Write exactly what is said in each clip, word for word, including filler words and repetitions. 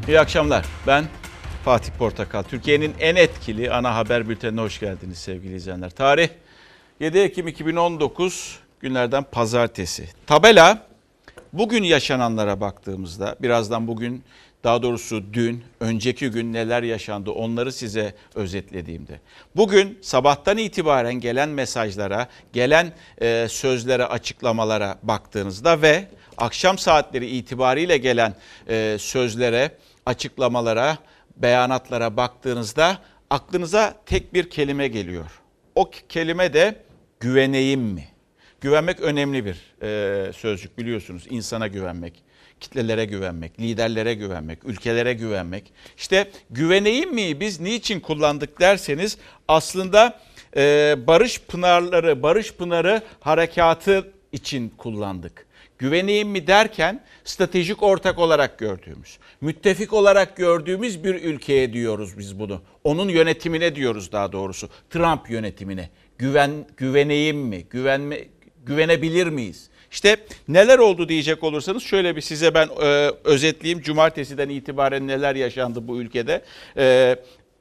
İyi akşamlar. Ben Fatih Portakal. Türkiye'nin en etkili ana haber bültenine hoş geldiniz sevgili izleyenler. Tarih yedi Ekim iki bin on dokuz, günlerden pazartesi. Tabela, bugün yaşananlara baktığımızda, birazdan bugün, daha doğrusu dün, önceki gün neler yaşandı onları size özetlediğimde. Bugün sabahtan itibaren gelen mesajlara, gelen e, sözlere, açıklamalara baktığınızda ve akşam saatleri itibariyle gelen e, sözlere, açıklamalara, beyanatlara baktığınızda aklınıza tek bir kelime geliyor. O kelime de güveneyim mi? Güvenmek önemli bir e, sözcük, biliyorsunuz. İnsana güvenmek, kitlelere güvenmek, liderlere güvenmek, ülkelere güvenmek. İşte güveneyim mi biz niçin kullandık derseniz aslında e, Barış Pınarları, Barış Pınarı harekatı için kullandık. Güveneyim mi derken stratejik ortak olarak gördüğümüz, müttefik olarak gördüğümüz bir ülkeye diyoruz biz bunu. Onun yönetimine diyoruz daha doğrusu. Trump yönetimine. Güven güveneyim mi? Güvenme güvenebilir miyiz? İşte neler oldu diyecek olursanız şöyle bir size ben e, özetleyeyim. Cumartesiden itibaren neler yaşandı bu ülkede? E,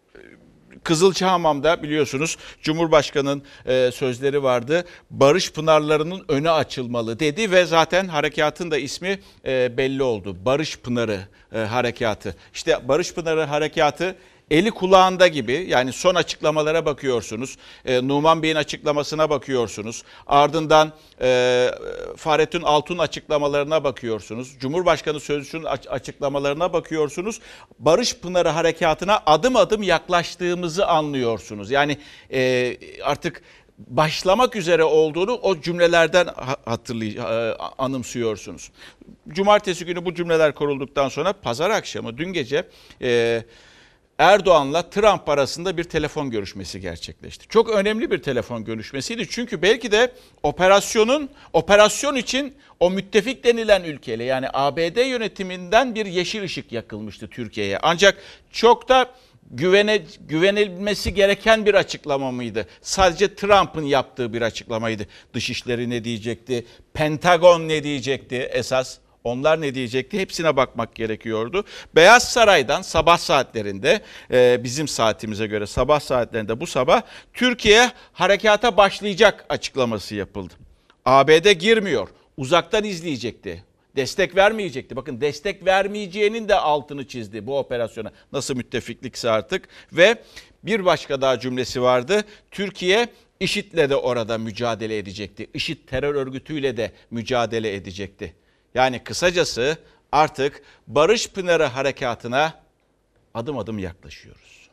Kızılcahamam'da biliyorsunuz Cumhurbaşkanı'nın e, sözleri vardı. Barış Pınarlarının önü açılmalı dedi ve zaten harekatın da ismi e, belli oldu. Barış Pınarı e, harekatı. İşte Barış Pınarı harekatı eli kulağında gibi, yani son açıklamalara bakıyorsunuz. E, Numan Bey'in açıklamasına bakıyorsunuz. Ardından e, Fahrettin Altun açıklamalarına bakıyorsunuz. Cumhurbaşkanı Sözcüsü'nün açıklamalarına bakıyorsunuz. Barış Pınarı harekatına adım adım yaklaştığımızı anlıyorsunuz. Yani e, artık başlamak üzere olduğunu o cümlelerden hatırlay anımsıyorsunuz. Cumartesi günü bu cümleler kurulduktan sonra pazar akşamı, dün gece e, Erdoğan'la Trump arasında bir telefon görüşmesi gerçekleşti. Çok önemli bir telefon görüşmesiydi. Çünkü belki de operasyonun, operasyon için o müttefik denilen ülkeyle, yani A B D yönetiminden bir yeşil ışık yakılmıştı Türkiye'ye. Ancak çok da güvene, güvenilmesi gereken bir açıklama mıydı? Sadece Trump'ın yaptığı bir açıklamaydı. Dışişleri ne diyecekti? Pentagon ne diyecekti esas? Onlar ne diyecekti? Hepsine bakmak gerekiyordu. Beyaz Saray'dan sabah saatlerinde, bizim saatimize göre sabah saatlerinde bu sabah Türkiye harekata başlayacak açıklaması yapıldı. A B D girmiyor, uzaktan izleyecekti. Destek vermeyecekti. Bakın, destek vermeyeceğinin de altını çizdi bu operasyona. Nasıl müttefiklikse artık. Ve bir başka daha cümlesi vardı. Türkiye IŞİD'le de orada mücadele edecekti. IŞİD terör örgütüyle de mücadele edecekti. Yani kısacası artık Barış Pınarı harekatına adım adım yaklaşıyoruz.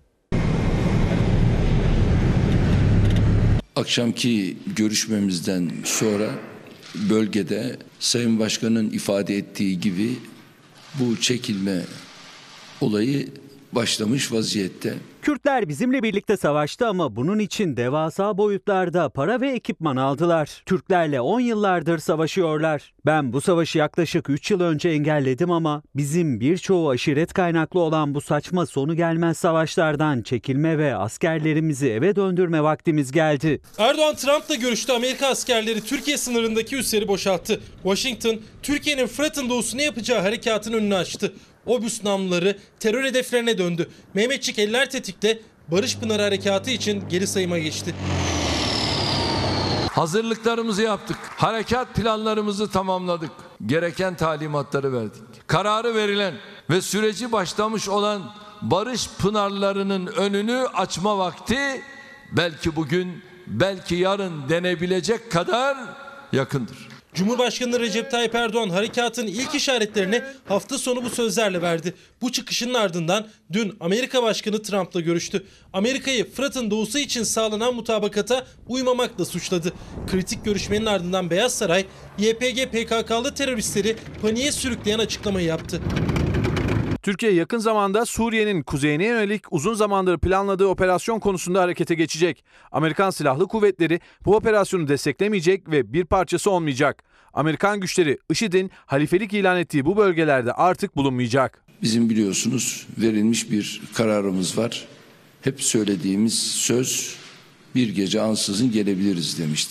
Akşamki görüşmemizden sonra bölgede Sayın Başkan'ın ifade ettiği gibi bu çekilme olayı başlamış vaziyette. Kürtler bizimle birlikte savaştı ama bunun için devasa boyutlarda para ve ekipman aldılar. Türklerle on yıllardır savaşıyorlar. Ben bu savaşı yaklaşık üç yıl önce engelledim ama bizim birçoğu aşiret kaynaklı olan bu saçma sonu gelmez savaşlardan çekilme ve askerlerimizi eve döndürme vaktimiz geldi. Erdoğan Trump'la görüştü. Amerika askerleri Türkiye sınırındaki üsleri boşalttı. Washington, Türkiye'nin Fırat'ın doğusuna yapacağı harekatın önünü açtı. Obüs namluları terör hedeflerine döndü. Mehmetçik eller tetikte, Barış Pınarı harekatı için geri sayıma geçti. Hazırlıklarımızı yaptık. Harekat planlarımızı tamamladık. Gereken talimatları verdik. Kararı verilen ve süreci başlamış olan Barış Pınarlarının önünü açma vakti belki bugün, belki yarın denebilecek kadar yakındır. Cumhurbaşkanı Recep Tayyip Erdoğan harekatın ilk işaretlerini hafta sonu bu sözlerle verdi. Bu çıkışının ardından dün Amerika Başkanı Trump'la görüştü. Amerika'yı Fırat'ın doğusu için sağlanan mutabakata uymamakla suçladı. Kritik görüşmenin ardından Beyaz Saray, Y P G P K K'lı teröristleri paniğe sürükleyen açıklamayı yaptı. Türkiye yakın zamanda Suriye'nin kuzeyine yönelik uzun zamandır planladığı operasyon konusunda harekete geçecek. Amerikan Silahlı Kuvvetleri bu operasyonu desteklemeyecek ve bir parçası olmayacak. Amerikan güçleri IŞİD'in halifelik ilan ettiği bu bölgelerde artık bulunmayacak. Bizim biliyorsunuz verilmiş bir kararımız var. Hep söylediğimiz söz, bir gece ansızın gelebiliriz demiştik.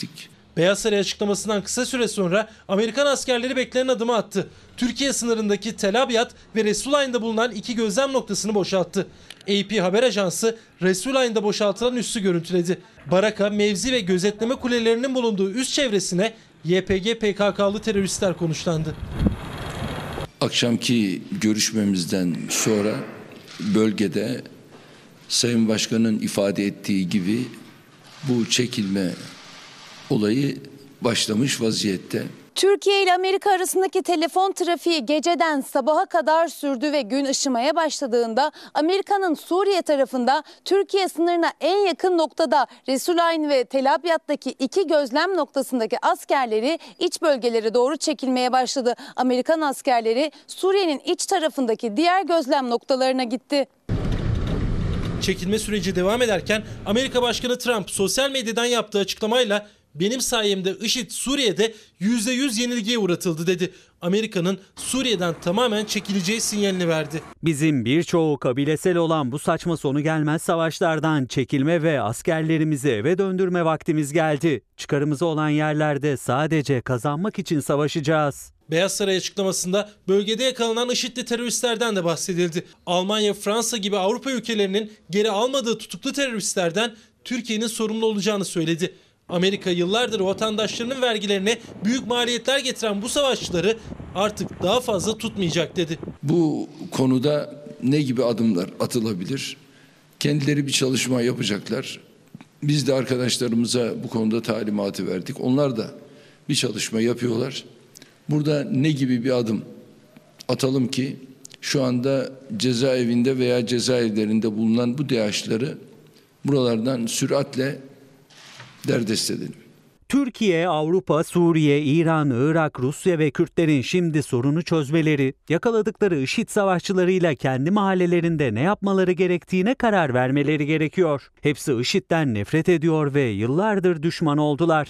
Beyaz Saray açıklamasından kısa süre sonra Amerikan askerleri beklenen adımı attı. Türkiye sınırındaki Tel Abyad ve Resulayn'da bulunan iki gözlem noktasını boşalttı. A P haber ajansı Resulayn'da boşaltılan üssü görüntüledi. Baraka, mevzi ve gözetleme kulelerinin bulunduğu üst çevresine Y P G P K K'lı teröristler konuşlandı. Akşamki görüşmemizden sonra bölgede Sayın Başkan'ın ifade ettiği gibi bu çekilme olayı başlamış vaziyette. Türkiye ile Amerika arasındaki telefon trafiği geceden sabaha kadar sürdü ve gün ışımaya başladığında Amerika'nın Suriye tarafında Türkiye sınırına en yakın noktada Resulayn ve Tel Abyad'daki iki gözlem noktasındaki askerleri iç bölgelere doğru çekilmeye başladı. Amerikan askerleri Suriye'nin iç tarafındaki diğer gözlem noktalarına gitti. Çekilme süreci devam ederken Amerika Başkanı Trump sosyal medyadan yaptığı açıklamayla benim sayemde IŞİD Suriye'de yüzde yüz yenilgiye uğratıldı dedi. Amerika'nın Suriye'den tamamen çekileceği sinyalini verdi. Bizim birçoğu kabilesel olan bu saçma sonu gelmez savaşlardan çekilme ve askerlerimizi eve döndürme vaktimiz geldi. Çıkarımızı olan yerlerde sadece kazanmak için savaşacağız. Beyaz Saray açıklamasında bölgede yakalanan IŞİD'li teröristlerden de bahsedildi. Almanya, Fransa gibi Avrupa ülkelerinin geri almadığı tutuklu teröristlerden Türkiye'nin sorumlu olacağını söyledi. Amerika yıllardır vatandaşlarının vergilerine büyük maliyetler getiren bu savaşçıları artık daha fazla tutmayacak dedi. Bu konuda ne gibi adımlar atılabilir? Kendileri bir çalışma yapacaklar. Biz de arkadaşlarımıza bu konuda talimatı verdik. Onlar da bir çalışma yapıyorlar. Burada ne gibi bir adım atalım ki şu anda cezaevinde veya cezaevlerinde bulunan bu DAEŞ'ları buralardan süratle derdest edelim. Türkiye, Avrupa, Suriye, İran, Irak, Rusya ve Kürtlerin şimdi sorunu çözmeleri, yakaladıkları IŞİD savaşçılarıyla kendi mahallelerinde ne yapmaları gerektiğine karar vermeleri gerekiyor. Hepsi IŞİD'den nefret ediyor ve yıllardır düşman oldular.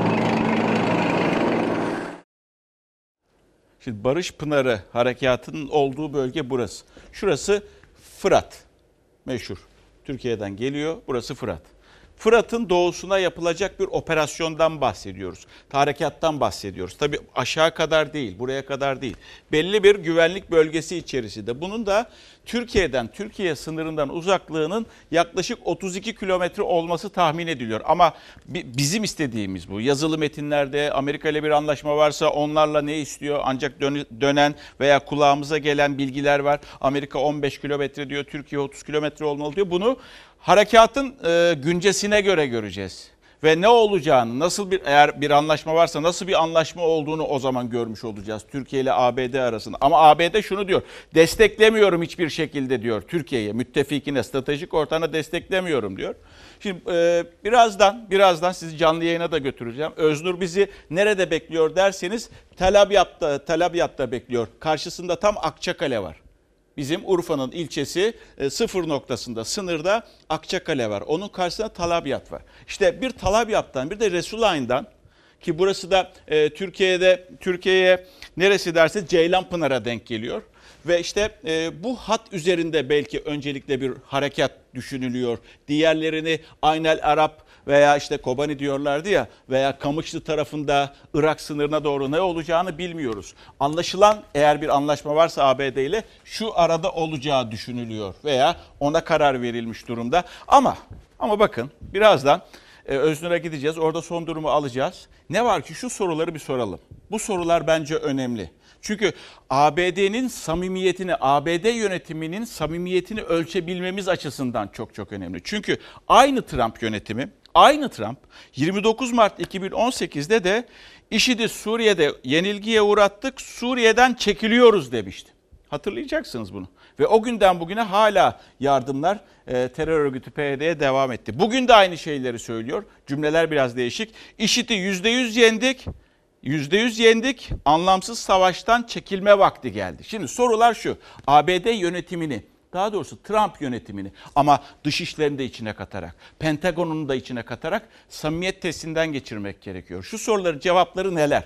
Şimdi Barış Pınarı harekatının olduğu bölge burası. Şurası Fırat, meşhur. Türkiye'den geliyor, burası Fırat. Fırat'ın doğusuna yapılacak bir operasyondan bahsediyoruz. Harekattan bahsediyoruz. Tabii aşağı kadar değil, buraya kadar değil. Belli bir güvenlik bölgesi içerisinde. Bunun da Türkiye'den, Türkiye sınırından uzaklığının yaklaşık otuz iki kilometre olması tahmin ediliyor. Ama bizim istediğimiz bu. Yazılı metinlerde Amerika ile bir anlaşma varsa onlarla ne istiyor? Ancak dönen veya kulağımıza gelen bilgiler var. Amerika on beş kilometre diyor, Türkiye otuz kilometre olmalı diyor. Bunu harekatın e, güncesine göre göreceğiz. Ve ne olacağını, nasıl bir eğer bir anlaşma varsa nasıl bir anlaşma olduğunu o zaman görmüş olacağız Türkiye ile A B D arasında. Ama A B D şunu diyor, desteklemiyorum hiçbir şekilde diyor Türkiye'ye, müttefikine, stratejik ortağına desteklemiyorum diyor. Şimdi e, birazdan, birazdan sizi canlı yayına da götüreceğim. Öznur bizi nerede bekliyor derseniz Tel Abyad'da, Tel Abyad'da bekliyor. Karşısında tam Akçakale var. Bizim Urfa'nın ilçesi sıfır noktasında, sınırda Akçakale var. Onun karşısında Tel Abyad var. İşte bir Tel Abyad'dan bir de Resulayn'dan, ki burası da e, Türkiye'de Türkiye'ye neresi derse Ceylanpınar'a denk geliyor. Ve işte e, bu hat üzerinde belki öncelikle bir harekat düşünülüyor. Diğerlerini Aynel Arap veya işte Kobani diyorlardı ya, veya Kamışlı tarafında Irak sınırına doğru ne olacağını bilmiyoruz. Anlaşılan, eğer bir anlaşma varsa A B D ile, şu arada olacağı düşünülüyor veya ona karar verilmiş durumda. Ama ama bakın birazdan e, Öznur'a gideceğiz, orada son durumu alacağız. Ne var ki şu soruları bir soralım. Bu sorular bence önemli. Çünkü A B D'nin samimiyetini, A B D yönetiminin samimiyetini ölçebilmemiz açısından çok çok önemli. Çünkü aynı Trump yönetimi, aynı Trump yirmi dokuz Mart iki bin on sekizde de IŞİD'i Suriye'de yenilgiye uğrattık, Suriye'den çekiliyoruz demişti. Hatırlayacaksınız bunu. Ve o günden bugüne hala yardımlar e, terör örgütü P Y D'ye devam etti. Bugün de aynı şeyleri söylüyor. Cümleler biraz değişik. IŞİD'i yüzde yüz yendik. yüzde yüz yendik, anlamsız savaştan çekilme vakti geldi. Şimdi sorular şu, A B D yönetimini, daha doğrusu Trump yönetimini ama dışişlerini de içine katarak, Pentagon'unu da içine katarak samimiyet testinden geçirmek gerekiyor. Şu soruların cevapları neler?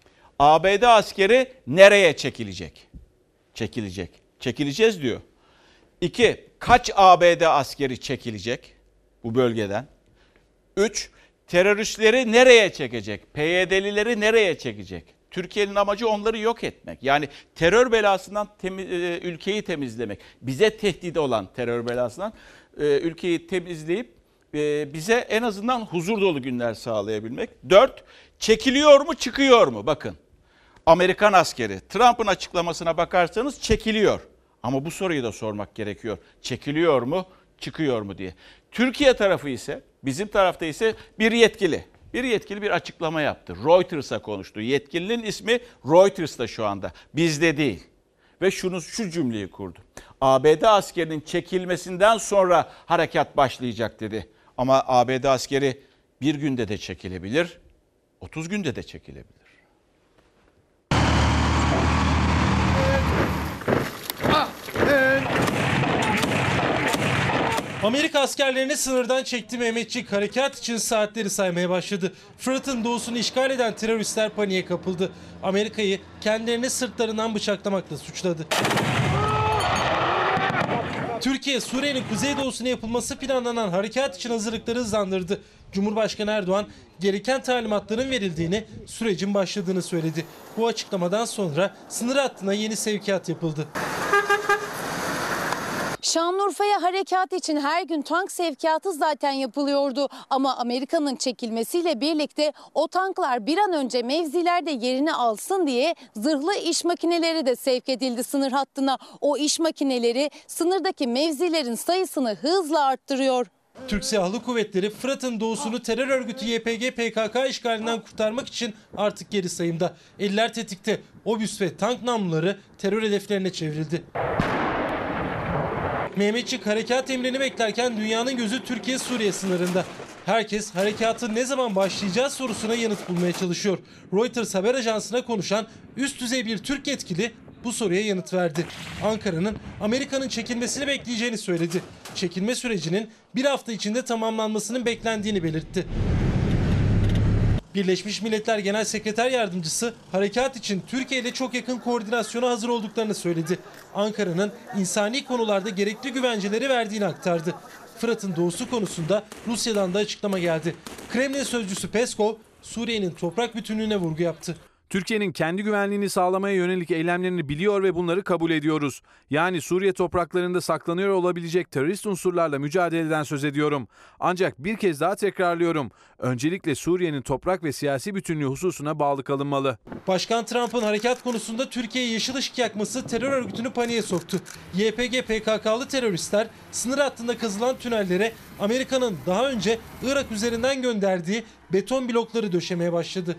A B D askeri nereye çekilecek? Çekilecek. Çekileceğiz diyor. İki, kaç A B D askeri çekilecek bu bölgeden? Üç, teröristleri nereye çekecek? P Y D'lileri nereye çekecek? Türkiye'nin amacı onları yok etmek. Yani terör belasından temiz, ülkeyi temizlemek. Bize tehdit olan terör belasından ülkeyi temizleyip bize en azından huzur dolu günler sağlayabilmek. Dört, çekiliyor mu çıkıyor mu? Bakın, Amerikan askeri Trump'ın açıklamasına bakarsanız çekiliyor. Ama bu soruyu da sormak gerekiyor. Çekiliyor mu çıkıyor mu diye. Türkiye tarafı ise, bizim tarafta ise bir yetkili. Bir yetkili bir açıklama yaptı. Reuters'a konuştu. Yetkilinin ismi Reuters'ta şu anda. Bizde değil. Ve şunu şu cümleyi kurdu. A B D askerinin çekilmesinden sonra harekat başlayacak dedi. Ama A B D askeri bir günde de çekilebilir, otuz günde de çekilebilir. Amerika askerlerini sınırdan çekti. Mehmetçik harekat için saatleri saymaya başladı. Fırat'ın doğusunu işgal eden teröristler paniğe kapıldı. Amerika'yı kendilerini sırtlarından bıçaklamakla suçladı. Türkiye, Suriye'nin kuzeydoğusuna yapılması planlanan harekat için hazırlıkları hızlandırdı. Cumhurbaşkanı Erdoğan gereken talimatların verildiğini, sürecin başladığını söyledi. Bu açıklamadan sonra sınır hattına yeni sevkiyat yapıldı. Şanlıurfa'ya harekat için her gün tank sevkiyatı zaten yapılıyordu. Ama Amerika'nın çekilmesiyle birlikte o tanklar bir an önce mevzilerde yerini alsın diye zırhlı iş makineleri de sevk edildi sınır hattına. O iş makineleri sınırdaki mevzilerin sayısını hızla arttırıyor. Türk Silahlı Kuvvetleri Fırat'ın doğusunu terör örgütü Y P G P K K işgalinden kurtarmak için artık geri sayımda. Eller tetikte. Obüs ve tank namluları terör hedeflerine çevrildi. Mehmetçik harekat emrini beklerken dünyanın gözü Türkiye-Suriye sınırında. Herkes harekatın ne zaman başlayacağı sorusuna yanıt bulmaya çalışıyor. Reuters haber ajansına konuşan üst düzey bir Türk yetkili bu soruya yanıt verdi. Ankara'nın Amerika'nın çekilmesini bekleyeceğini söyledi. Çekilme sürecinin bir hafta içinde tamamlanmasının beklendiğini belirtti. Birleşmiş Milletler Genel Sekreter Yardımcısı harekat için Türkiye ile çok yakın koordinasyona hazır olduklarını söyledi. Ankara'nın insani konularda gerekli güvenceleri verdiğini aktardı. Fırat'ın doğusu konusunda Rusya'dan da açıklama geldi. Kremlin sözcüsü Peskov, Suriye'nin toprak bütünlüğüne vurgu yaptı. Türkiye'nin kendi güvenliğini sağlamaya yönelik eylemlerini biliyor ve bunları kabul ediyoruz. Yani Suriye topraklarında saklanıyor olabilecek terörist unsurlarla mücadeleden söz ediyorum. Ancak bir kez daha tekrarlıyorum. Öncelikle Suriye'nin toprak ve siyasi bütünlüğü hususuna bağlı kalınmalı. Başkan Trump'ın harekat konusunda Türkiye'ye yeşil ışık yakması terör örgütünü paniğe soktu. Y P G P K K'lı teröristler sınır hattında kazılan tünellere Amerika'nın daha önce Irak üzerinden gönderdiği beton blokları döşemeye başladı.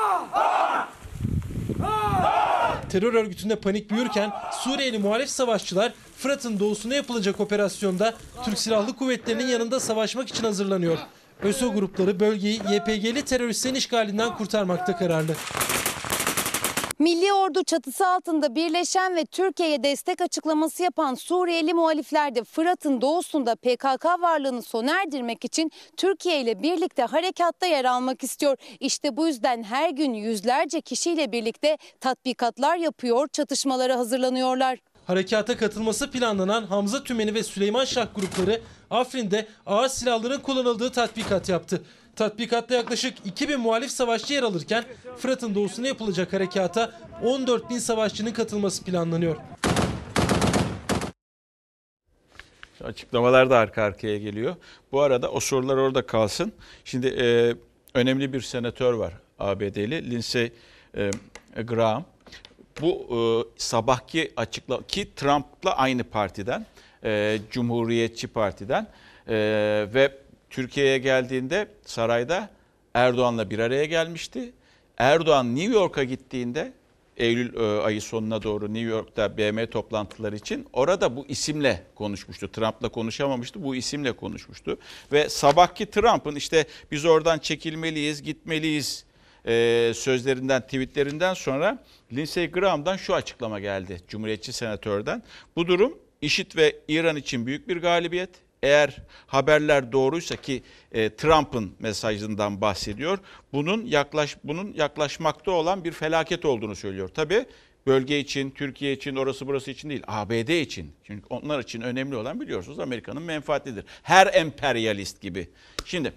Terör örgütünde panik büyürken Suriyeli muhalif savaşçılar Fırat'ın doğusuna yapılacak operasyonda Türk Silahlı Kuvvetleri'nin yanında savaşmak için hazırlanıyor. ÖSO grupları bölgeyi Y P G'li teröristlerin işgalinden kurtarmakta kararlı. Milli Ordu çatısı altında birleşen ve Türkiye'ye destek açıklaması yapan Suriyeli muhalifler de Fırat'ın doğusunda P K K varlığını sona erdirmek için Türkiye ile birlikte harekatta yer almak istiyor. İşte bu yüzden her gün yüzlerce kişiyle birlikte tatbikatlar yapıyor, çatışmalara hazırlanıyorlar. Harekata katılması planlanan Hamza Tümeni ve Süleyman Şah grupları Afrin'de ağır silahların kullanıldığı tatbikat yaptı. Tatbikatta yaklaşık iki bin muhalif savaşçı yer alırken Fırat'ın doğusuna yapılacak harekata on dört bin savaşçının katılması planlanıyor. Açıklamalar da arka arkaya geliyor. Bu arada o sorular orada kalsın. Şimdi e, önemli bir senatör var A B D'li Lindsey e, Graham. Bu e, sabahki açıklama ki Trump'la aynı partiden, e, Cumhuriyetçi Parti'den e, ve Türkiye'ye geldiğinde sarayda Erdoğan'la bir araya gelmişti. Erdoğan New York'a gittiğinde Eylül ayı sonuna doğru New York'ta B M toplantıları için orada bu isimle konuşmuştu. Trump'la konuşamamıştı, bu isimle konuşmuştu. Ve sabahki Trump'ın işte biz oradan çekilmeliyiz, gitmeliyiz e, sözlerinden, tweetlerinden sonra Lindsey Graham'dan şu açıklama geldi Cumhuriyetçi senatörden. Bu durum IŞİD ve İran için büyük bir galibiyet. Eğer haberler doğruysa ki e, Trump'ın mesajından bahsediyor, bunun yaklaş bunun yaklaşmakta olan bir felaket olduğunu söylüyor. Tabii bölge için, Türkiye için, orası burası için değil, A B D için. Çünkü onlar için önemli olan biliyorsunuz Amerika'nın menfaatidir. Her emperyalist gibi. Şimdi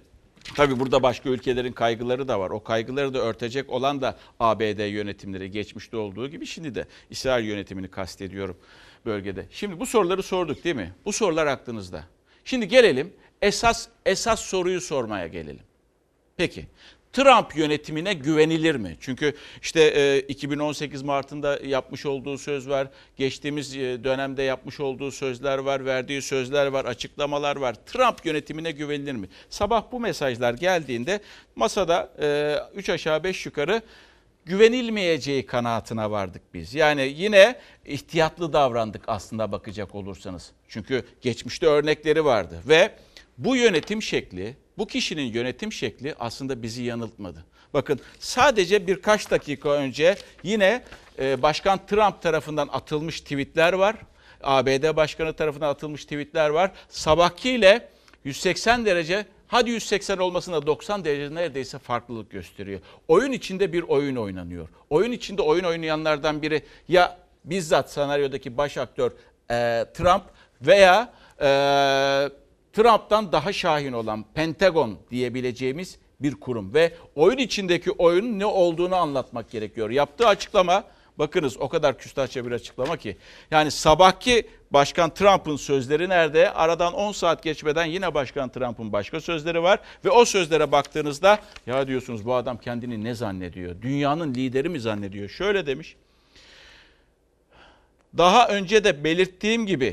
Tabii burada başka ülkelerin kaygıları da var. O kaygıları da örtecek olan da A B D yönetimleri, geçmişte olduğu gibi şimdi de İsrail yönetimini kastediyorum bölgede. Şimdi bu soruları sorduk değil mi? Bu sorular aklınızda. Şimdi gelelim esas esas soruyu sormaya gelelim. Peki Trump yönetimine güvenilir mi? Çünkü işte e, iki bin on sekiz Mart'ında yapmış olduğu söz var. Geçtiğimiz e, dönemde yapmış olduğu sözler var, verdiği sözler var, açıklamalar var. Trump yönetimine güvenilir mi? Sabah bu mesajlar geldiğinde masada e, üç aşağı beş yukarı güvenilmeyeceği kanaatine vardık biz. Yani yine ihtiyatlı davrandık aslında bakacak olursanız. Çünkü geçmişte örnekleri vardı ve bu yönetim şekli, bu kişinin yönetim şekli aslında bizi yanıltmadı. Bakın sadece birkaç dakika önce yine Başkan Trump tarafından atılmış tweetler var. A B D Başkanı tarafından atılmış tweetler var. Sabahkiyle yüz seksen derece, hadi yüz seksen olmasın da doksan derece neredeyse farklılık gösteriyor. Oyun içinde bir oyun oynanıyor. Oyun içinde oyun oynayanlardan biri ya bizzat senaryodaki baş aktör e, Trump veya e, Trump'tan daha şahin olan Pentagon diyebileceğimiz bir kurum ve oyun içindeki oyunun ne olduğunu anlatmak gerekiyor. Yaptığı açıklama, bakınız o kadar küstahça bir açıklama ki. Yani sabahki Başkan Trump'ın sözleri nerede? Aradan on saat geçmeden yine Başkan Trump'ın başka sözleri var. Ve o sözlere baktığınızda ya diyorsunuz bu adam kendini ne zannediyor? Dünyanın lideri mi zannediyor? Şöyle demiş. Daha önce de belirttiğim gibi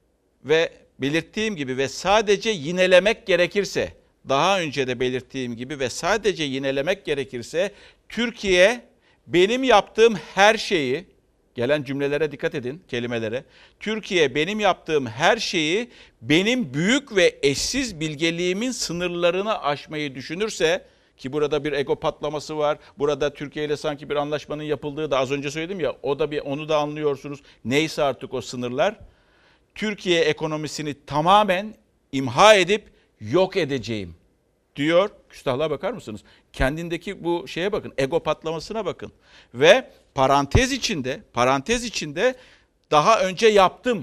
ve belirttiğim gibi ve sadece yinelemek gerekirse, daha önce de belirttiğim gibi ve sadece yinelemek gerekirse Türkiye benim yaptığım her şeyi, gelen cümlelere dikkat edin, kelimelere. Türkiye benim yaptığım her şeyi benim büyük ve eşsiz bilgeliğimin sınırlarını aşmayı düşünürse, ki burada bir ego patlaması var. Burada Türkiye ile sanki bir anlaşmanın yapıldığı da az önce söyledim ya, o da bir onu da anlıyorsunuz. Neyse artık o sınırlar. Türkiye ekonomisini tamamen imha edip yok edeceğim diyor. Küstahlığa bakar mısınız? Kendindeki bu şeye bakın, ego patlamasına bakın. Ve parantez içinde, parantez içinde daha önce yaptım.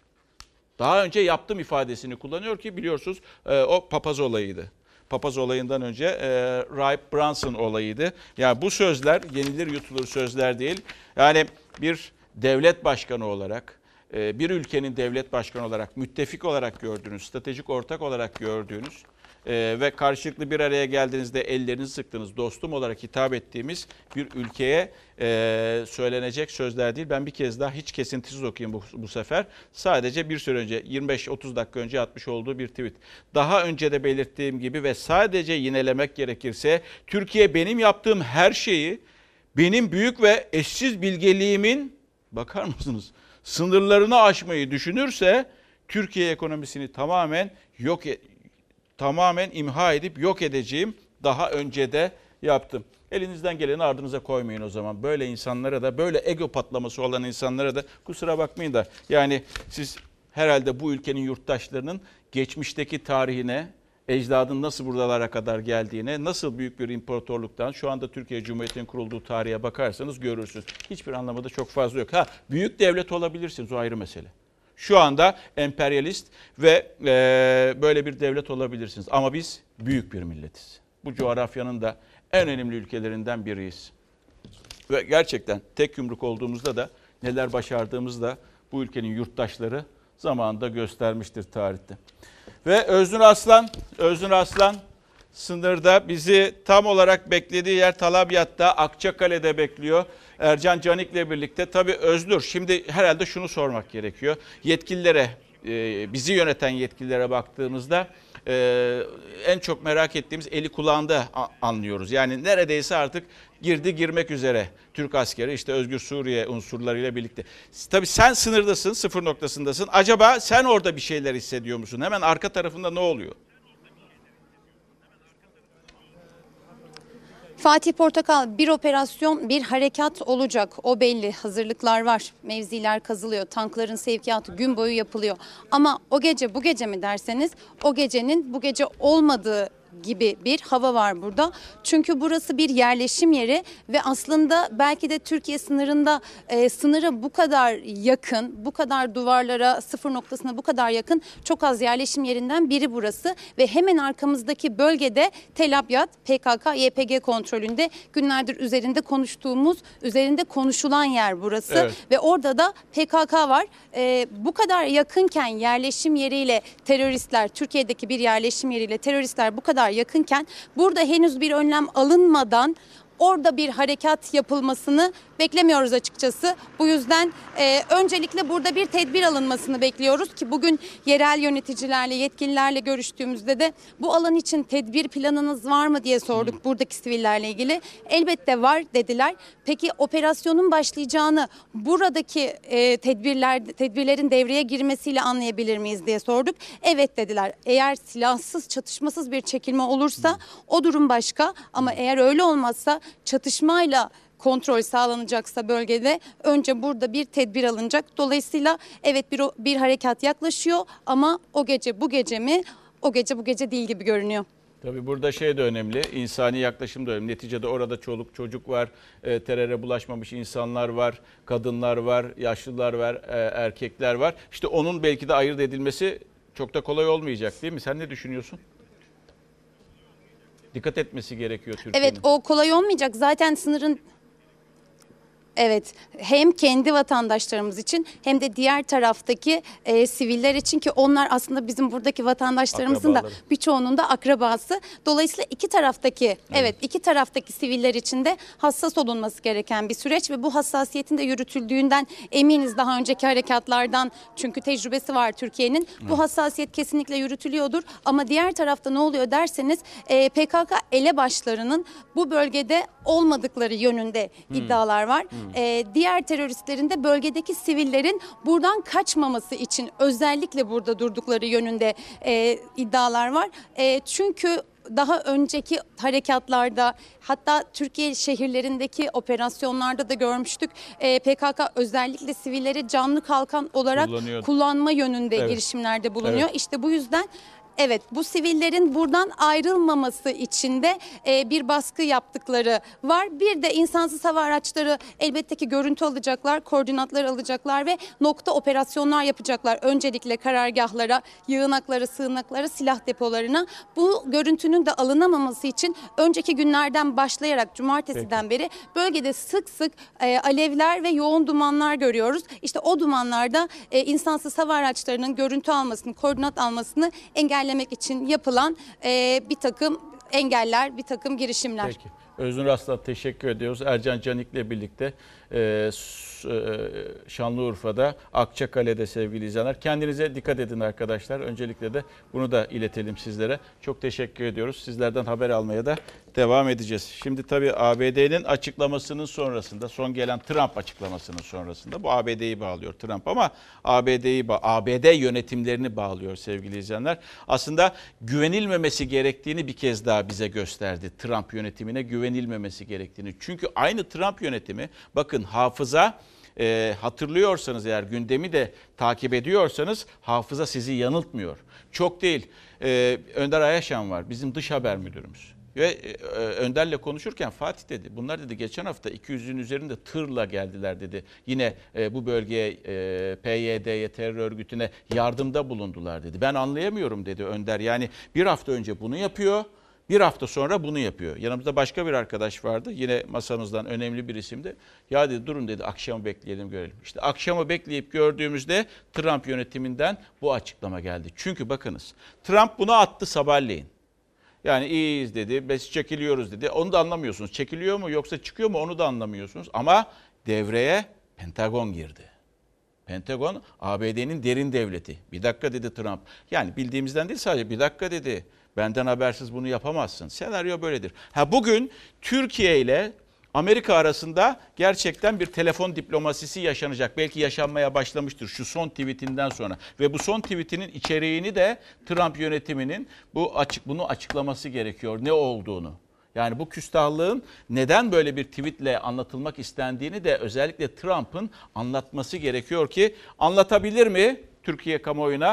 Daha önce yaptım ifadesini kullanıyor ki biliyorsunuz e, o papaz olayıydı. Papaz olayından önce e, Rahip Brunson olayıydı. Yani bu sözler yenilir yutulur sözler değil. Yani bir devlet başkanı olarak, bir ülkenin devlet başkanı olarak, müttefik olarak gördüğünüz, stratejik ortak olarak gördüğünüz e, ve karşılıklı bir araya geldiğinizde ellerinizi sıktığınız, dostum olarak hitap ettiğimiz bir ülkeye e, söylenecek sözler değil. Ben bir kez daha hiç kesintisiz okuyayım bu, bu sefer. Sadece bir süre önce, yirmi beş otuz dakika önce atmış olduğu bir tweet. Daha önce de belirttiğim gibi ve sadece yinelemek gerekirse, Türkiye benim yaptığım her şeyi, benim büyük ve eşsiz bilgeliğimin, bakar mısınız, sınırlarını aşmayı düşünürse Türkiye ekonomisini tamamen yok e- tamamen imha edip yok edeceğim. Daha önce de yaptım. Elinizden geleni ardınıza koymayın o zaman. Böyle insanlara da, böyle ego patlaması olan insanlara da kusura bakmayın da yani siz herhalde bu ülkenin yurttaşlarının geçmişteki tarihine, ecdadın nasıl buralara kadar geldiğine, nasıl büyük bir imparatorluktan şu anda Türkiye Cumhuriyeti'nin kurulduğu tarihe bakarsanız görürsünüz. Hiçbir anlamı da çok fazla yok. Ha, büyük devlet olabilirsiniz, o ayrı mesele. Şu anda emperyalist ve e, böyle bir devlet olabilirsiniz. Ama biz büyük bir milletiz. Bu coğrafyanın da en önemli ülkelerinden biriyiz. Ve gerçekten tek yumruk olduğumuzda da neler başardığımızda bu ülkenin yurttaşları zamanında göstermiştir tarihte. Ve Öznur Aslan, Öznur Aslan sınırda bizi tam olarak beklediği yer Talabyat'ta, Akçakale'de bekliyor. Ercan Canik'le birlikte. Tabii Öznur, şimdi herhalde şunu sormak gerekiyor. Yetkililere, bizi yöneten yetkililere baktığımızda en çok merak ettiğimiz eli kulağında anlıyoruz. Yani neredeyse artık girdi girmek üzere Türk askeri, işte Özgür Suriye unsurlarıyla birlikte. Tabii sen sınırdasın, sıfır noktasındasın. Acaba sen orada bir şeyler hissediyor musun? Hemen arka tarafında ne oluyor? Fatih Portakal, bir operasyon, bir harekat olacak. O belli. Hazırlıklar var. Mevziler kazılıyor. Tankların sevkiyatı gün boyu yapılıyor. Ama o gece bu gece mi derseniz, o gecenin bu gece olmadığı gibi bir hava var burada. Çünkü burası bir yerleşim yeri ve aslında belki de Türkiye sınırında e, sınıra bu kadar yakın, bu kadar duvarlara, sıfır noktasına bu kadar yakın çok az yerleşim yerinden biri burası ve hemen arkamızdaki bölgede Tel Abyad P K K Y P G kontrolünde günlerdir üzerinde konuştuğumuz, üzerinde konuşulan yer burası Evet. ve orada da P K K var. E, bu kadar yakınken yerleşim yeriyle teröristler, Türkiye'deki bir yerleşim yeriyle teröristler bu kadar yakınken burada henüz bir önlem alınmadan orada bir harekat yapılmasını beklemiyoruz açıkçası. Bu yüzden e, öncelikle burada bir tedbir alınmasını bekliyoruz ki bugün yerel yöneticilerle, yetkililerle görüştüğümüzde de bu alan için tedbir planınız var mı diye sorduk hmm. buradaki sivillerle ilgili. Elbette var dediler. Peki operasyonun başlayacağını buradaki e, tedbirler tedbirlerin devreye girmesiyle anlayabilir miyiz diye sorduk. Evet dediler. Eğer silahsız, çatışmasız bir çekilme olursa hmm. o durum başka ama eğer öyle olmazsa çatışmayla kontrol sağlanacaksa bölgede önce burada bir tedbir alınacak. Dolayısıyla evet bir, bir harekat yaklaşıyor ama o gece bu gece mi? O gece bu gece değil gibi görünüyor. Tabii burada şey de önemli, insani yaklaşım da önemli. Neticede orada çoluk çocuk var, e, teröre bulaşmamış insanlar var, kadınlar var, yaşlılar var, e, erkekler var. İşte onun belki de ayırt edilmesi çok da kolay olmayacak değil mi? Sen ne düşünüyorsun? Dikkat etmesi gerekiyor Türkiye'nin. Evet, o kolay olmayacak. Zaten sınırın Evet, hem kendi vatandaşlarımız için hem de diğer taraftaki e, siviller için ki onlar aslında bizim buradaki vatandaşlarımızın Akrabaları. da birçoğunun da akrabası. Dolayısıyla iki taraftaki evet. evet iki taraftaki siviller için de hassas olunması gereken bir süreç ve bu hassasiyetin de yürütüldüğünden eminiz daha önceki harekatlardan çünkü tecrübesi var Türkiye'nin. Bu evet. hassasiyet kesinlikle yürütülüyordur ama diğer tarafta ne oluyor derseniz e, P K K elebaşlarının bu bölgede olmadıkları yönünde hmm. iddialar var. Hmm. Ee, diğer teröristlerin de bölgedeki sivillerin buradan kaçmaması için özellikle burada durdukları yönünde e, iddialar var. E, çünkü daha önceki harekatlarda hatta Türkiye şehirlerindeki operasyonlarda da görmüştük. E, P K K özellikle sivilleri canlı kalkan olarak kullanma yönünde evet. girişimlerde bulunuyor. Evet. İşte bu yüzden evet bu sivillerin buradan ayrılmaması için de e, bir baskı yaptıkları var. Bir de insansız hava araçları elbette ki görüntü alacaklar, koordinatları alacaklar ve nokta operasyonlar yapacaklar. Öncelikle karargahlara, yığınaklara, sığınaklara, silah depolarına. Bu görüntünün de alınamaması için önceki günlerden başlayarak cumartesiden Peki. beri bölgede sık sık e, alevler ve yoğun dumanlar görüyoruz. İşte o dumanlarda e, insansız hava araçlarının görüntü almasını, koordinat almasını engellemek için yapılan e, bir takım engeller, bir takım girişimler. Peki. Öznur Aslan teşekkür ediyoruz. Ercan Canik'le birlikte e, Şanlıurfa'da, Akçakale'de sevgili izleyenler. Kendinize dikkat edin arkadaşlar. Öncelikle de bunu da iletelim sizlere. Çok teşekkür ediyoruz. Sizlerden haber almaya da devam edeceğiz. Şimdi tabii A B D'nin açıklamasının sonrasında, son gelen Trump açıklamasının sonrasında bu A B D'yi bağlıyor Trump ama A B D'yi A B D yönetimlerini bağlıyor sevgili izleyenler. Aslında güvenilmemesi gerektiğini bir kez daha bize gösterdi. Trump yönetimine güvenilmemesi gerektiğini. Çünkü aynı Trump yönetimi bakın hafıza e, hatırlıyorsanız eğer gündemi de takip ediyorsanız hafıza sizi yanıltmıyor. Çok değil. E, Önder Ayaşan var bizim dış haber müdürümüz. Ve e, Önder'le konuşurken Fatih dedi bunlar dedi geçen hafta iki yüzün üzerinde tırla geldiler dedi. Yine e, bu bölgeye e, P Y D'ye terör örgütüne yardımda bulundular dedi. Ben anlayamıyorum dedi Önder. Yani bir hafta önce bunu yapıyor. Bir hafta sonra bunu yapıyor. Yanımızda başka bir arkadaş vardı. Yine masamızdan önemli bir isimdi. Ya dedi durun dedi akşamı bekleyelim görelim. İşte akşamı bekleyip gördüğümüzde Trump yönetiminden bu açıklama geldi. Çünkü bakınız Trump bunu attı sabahleyin. Yani iyiyiz dedi, biz çekiliyoruz dedi. Onu da anlamıyorsunuz. Çekiliyor mu yoksa çıkıyor mu onu da anlamıyorsunuz. Ama devreye Pentagon girdi. Pentagon A B D'nin derin devleti. Bir dakika dedi Trump. Yani bildiğimizden değil sadece bir dakika dedi. Benden habersiz bunu yapamazsın. Senaryo böyledir. Ha bugün Türkiye ile Amerika arasında gerçekten bir telefon diplomasisi yaşanacak. Belki yaşanmaya başlamıştır şu son tweetinden sonra. Ve bu son tweetinin içeriğini de Trump yönetiminin bu açık bunu açıklaması gerekiyor. Ne olduğunu. Yani bu küstahlığın neden böyle bir tweetle anlatılmak istendiğini de özellikle Trump'ın anlatması gerekiyor ki anlatabilir mi Türkiye kamuoyuna?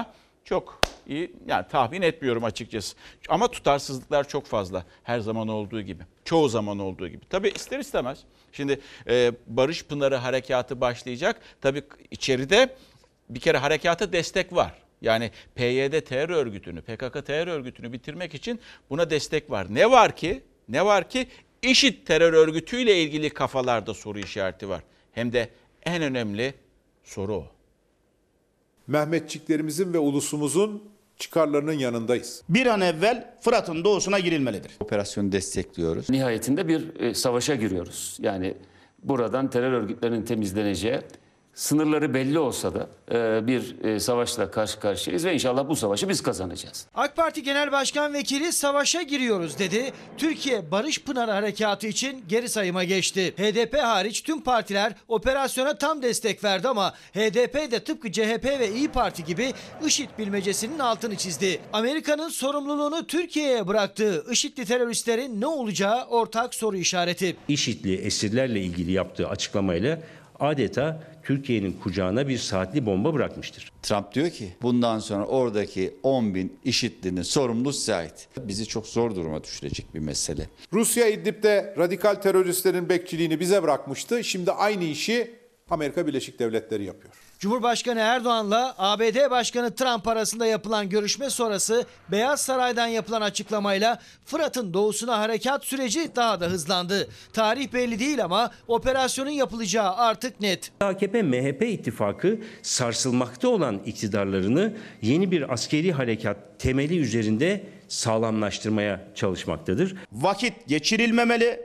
çok iyi, yani tahmin etmiyorum açıkçası. Ama tutarsızlıklar çok fazla, her zaman olduğu gibi. Çoğu zaman olduğu gibi. Tabii ister istemez. Şimdi e, Barış Pınarı harekatı başlayacak. Tabii içeride bir kere harekata destek var. Yani P Y D terör örgütünü, P K K terör örgütünü bitirmek için buna destek var. Ne var ki? Ne var ki? IŞİD terör örgütüyle ilgili kafalarda soru işareti var. Hem de en önemli soru o. Mehmetçiklerimizin ve ulusumuzun çıkarlarının yanındayız. Bir an evvel Fırat'ın doğusuna girilmelidir. Operasyonu destekliyoruz. Nihayetinde bir e, savaşa giriyoruz. Yani buradan terör örgütlerinin temizleneceği, sınırları belli olsa da e, bir e, savaşla karşı karşıyayız ve inşallah bu savaşı biz kazanacağız. AK Parti Genel Başkan Vekili savaşa giriyoruz dedi. Türkiye Barış Pınarı Harekatı için geri sayıma geçti. H D P hariç tüm partiler operasyona tam destek verdi ama H D P de tıpkı C H P ve İyi Parti gibi IŞİD bilmecesinin altını çizdi. Amerika'nın sorumluluğunu Türkiye'ye bıraktığı IŞİD'li teröristlerin ne olacağı ortak soru işareti. IŞİD'li esirlerle ilgili yaptığı açıklamayla adeta Türkiye'nin kucağına bir saatli bomba bırakmıştır. Trump diyor ki bundan sonra oradaki on bin IŞİD'linin sorumlusu size ait. Bizi çok zor duruma düşürecek bir mesele. Rusya İdlib'de radikal teröristlerin bekçiliğini bize bırakmıştı. Şimdi aynı işi Amerika Birleşik Devletleri yapıyor. Cumhurbaşkanı Erdoğan'la A B D Başkanı Trump arasında yapılan görüşme sonrası Beyaz Saray'dan yapılan açıklamayla Fırat'ın doğusuna harekat süreci daha da hızlandı. Tarih belli değil ama operasyonun yapılacağı artık net. A K P M H P ittifakı sarsılmakta olan iktidarlarını yeni bir askeri harekat temeli üzerinde sağlamlaştırmaya çalışmaktadır. Vakit geçirilmemeli.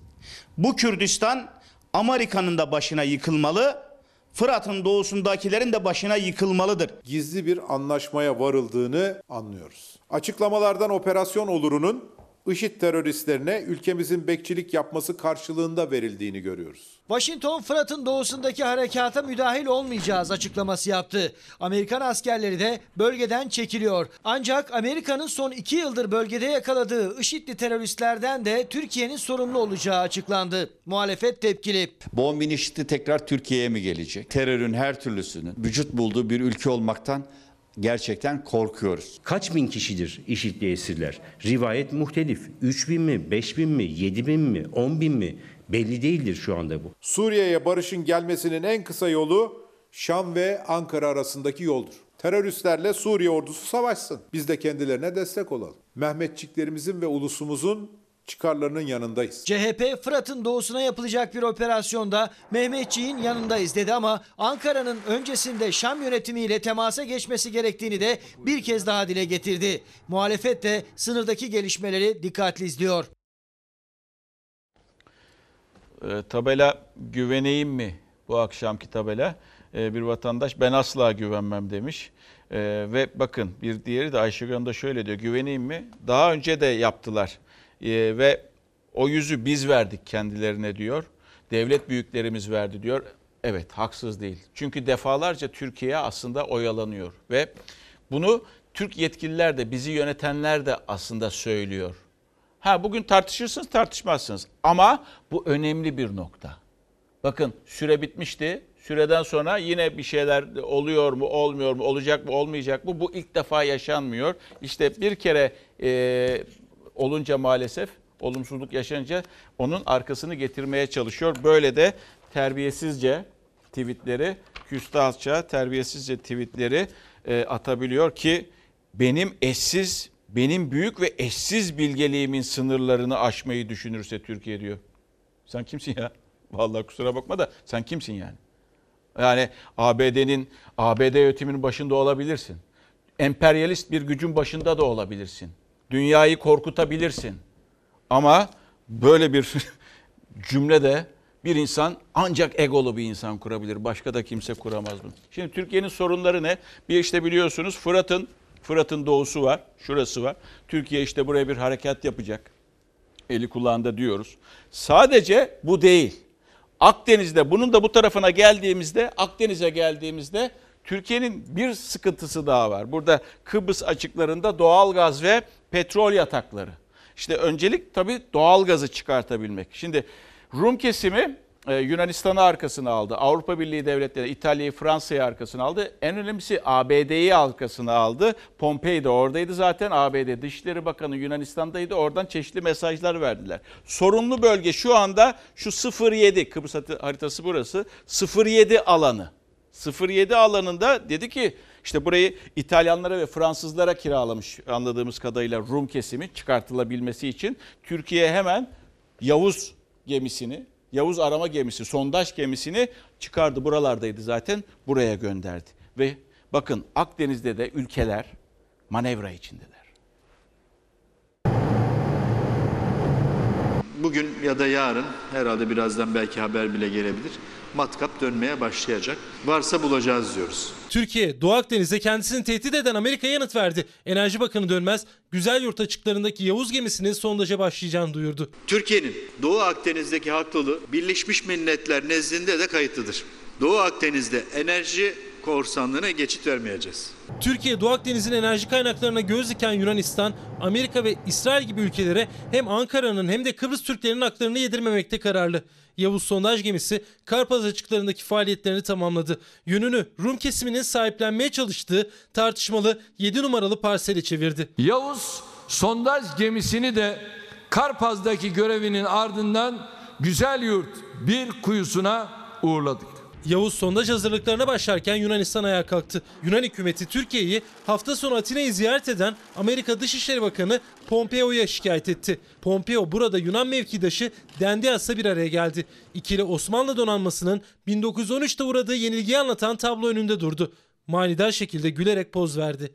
Bu Kürdistan Amerika'nın da başına yıkılmalı. Fırat'ın doğusundakilerin de başına yıkılmalıdır. Gizli bir anlaşmaya varıldığını anlıyoruz. Açıklamalardan operasyon olurunun IŞİD teröristlerine ülkemizin bekçilik yapması karşılığında verildiğini görüyoruz. Washington, Fırat'ın doğusundaki harekata müdahil olmayacağız açıklaması yaptı. Amerikan askerleri de bölgeden çekiliyor. Ancak Amerika'nın son iki yıldır bölgede yakaladığı IŞİD'li teröristlerden de Türkiye'nin sorumlu olacağı açıklandı. Muhalefet tepkili. Bu on bin IŞİD'li tekrar Türkiye'ye mi gelecek? Terörün her türlüsünün vücut bulduğu bir ülke olmaktan gerçekten korkuyoruz. Kaç bin kişidir IŞİD'li esirler? Rivayet muhtelif. üç bin mi, beş bin mi, yedi bin mi, on bin mi? Belli değildir şu anda bu. Suriye'ye barışın gelmesinin en kısa yolu Şam ve Ankara arasındaki yoldur. Teröristlerle Suriye ordusu savaşsın. Biz de kendilerine destek olalım. Mehmetçiklerimizin ve ulusumuzun çıkarlarının yanındayız. C H P Fırat'ın doğusuna yapılacak bir operasyonda Mehmetçiğin yanındayız dedi ama Ankara'nın öncesinde Şam yönetimiyle temasa geçmesi gerektiğini de bir kez daha dile getirdi. Muhalefet de sınırdaki gelişmeleri dikkatli izliyor. E, tabela güveneyim mi? Bu akşamki tabela e, bir vatandaş ben asla güvenmem demiş. E, ve bakın bir diğeri de Ayşegül Hanım da şöyle diyor, güveneyim mi? Daha önce de yaptılar. Ee, ve o yüzü biz verdik kendilerine diyor. Devlet büyüklerimiz verdi diyor. Evet, haksız değil. Çünkü defalarca Türkiye aslında oyalanıyor ve bunu Türk yetkililer de, bizi yönetenler de aslında söylüyor. Ha, bugün tartışırsınız, tartışmazsınız ama bu önemli bir nokta. Bakın süre bitmişti. Süreden sonra yine bir şeyler oluyor mu, olmuyor mu, olacak mı, olmayacak mı? Bu ilk defa yaşanmıyor. İşte bir kere e, olunca maalesef, olumsuzluk yaşanınca onun arkasını getirmeye çalışıyor. Böyle de terbiyesizce tweetleri, küstahça terbiyesizce tweetleri e, atabiliyor ki benim eşsiz, benim büyük ve eşsiz bilgeliğimin sınırlarını aşmayı düşünürse Türkiye diyor. Sen kimsin ya? Vallahi kusura bakma da sen kimsin yani? Yani A B D'nin, A B D yönetiminin başında olabilirsin. Emperyalist bir gücün başında da olabilirsin. Dünyayı korkutabilirsin. Ama böyle bir cümle de bir insan ancak egolu bir insan kurabilir. Başka da kimse kuramaz bunu. Şimdi Türkiye'nin sorunları ne? Bir işte biliyorsunuz Fırat'ın Fırat'ın doğusu var. Şurası var. Türkiye işte buraya bir harekat yapacak. Eli kulağında diyoruz. Sadece bu değil. Akdeniz'de, bunun da bu tarafına geldiğimizde, Akdeniz'e geldiğimizde Türkiye'nin bir sıkıntısı daha var. Burada Kıbrıs açıklarında doğalgaz ve petrol yatakları. İşte öncelik tabii doğalgazı çıkartabilmek. Şimdi Rum kesimi e, Yunanistan'ı arkasına aldı. Avrupa Birliği devletleri İtalya'yı, Fransa'yı arkasına aldı. En önemlisi A B D'yi arkasına aldı. Pompei de oradaydı zaten. A B D Dışişleri Bakanı Yunanistan'daydı. Oradan çeşitli mesajlar verdiler. Sorunlu bölge şu anda şu sıfır yedi, Kıbrıs haritası burası. sıfır yedi alanı. sıfır yedi alanında dedi ki işte burayı İtalyanlara ve Fransızlara kiralamış anladığımız kadarıyla Rum kesimi çıkartılabilmesi için. Türkiye hemen Yavuz gemisini, Yavuz arama gemisi, sondaj gemisini çıkardı. Buralardaydı zaten, buraya gönderdi. Ve bakın Akdeniz'de de ülkeler manevra içindeler. Bugün ya da yarın, herhalde birazdan belki haber bile gelebilir, matkap dönmeye başlayacak. Varsa bulacağız diyoruz. Türkiye, Doğu Akdeniz'de kendisini tehdit eden Amerika'ya yanıt verdi. Enerji Bakanı Dönmez, Güzelyurt açıklarındaki Yavuz gemisinin sondaja başlayacağını duyurdu. Türkiye'nin Doğu Akdeniz'deki haklılığı Birleşmiş Milletler nezdinde de kayıtlıdır. Doğu Akdeniz'de enerji korsanlığına geçit vermeyeceğiz. Türkiye, Doğu Akdeniz'in enerji kaynaklarına göz diken Yunanistan, Amerika ve İsrail gibi ülkelere hem Ankara'nın hem de Kıbrıs Türklerinin haklarını yedirmemekte kararlı. Yavuz sondaj gemisi Karpaz açıklarındaki faaliyetlerini tamamladı. Yönünü Rum kesiminin sahiplenmeye çalıştığı tartışmalı yedi numaralı parsele çevirdi. Yavuz sondaj gemisini de Karpaz'daki görevinin ardından Güzelyurt bir kuyusuna uğurladık. Yavuz sondaj hazırlıklarına başlarken Yunanistan ayağa kalktı. Yunan hükümeti Türkiye'yi hafta sonu Atina'yı ziyaret eden Amerika Dışişleri Bakanı Pompeo'ya şikayet etti. Pompeo burada Yunan mevkidaşı Dendias'la bir araya geldi. İkili Osmanlı donanmasının bin dokuz yüz on üçte uğradığı yenilgiyi anlatan tablo önünde durdu. Manidar şekilde gülerek poz verdi.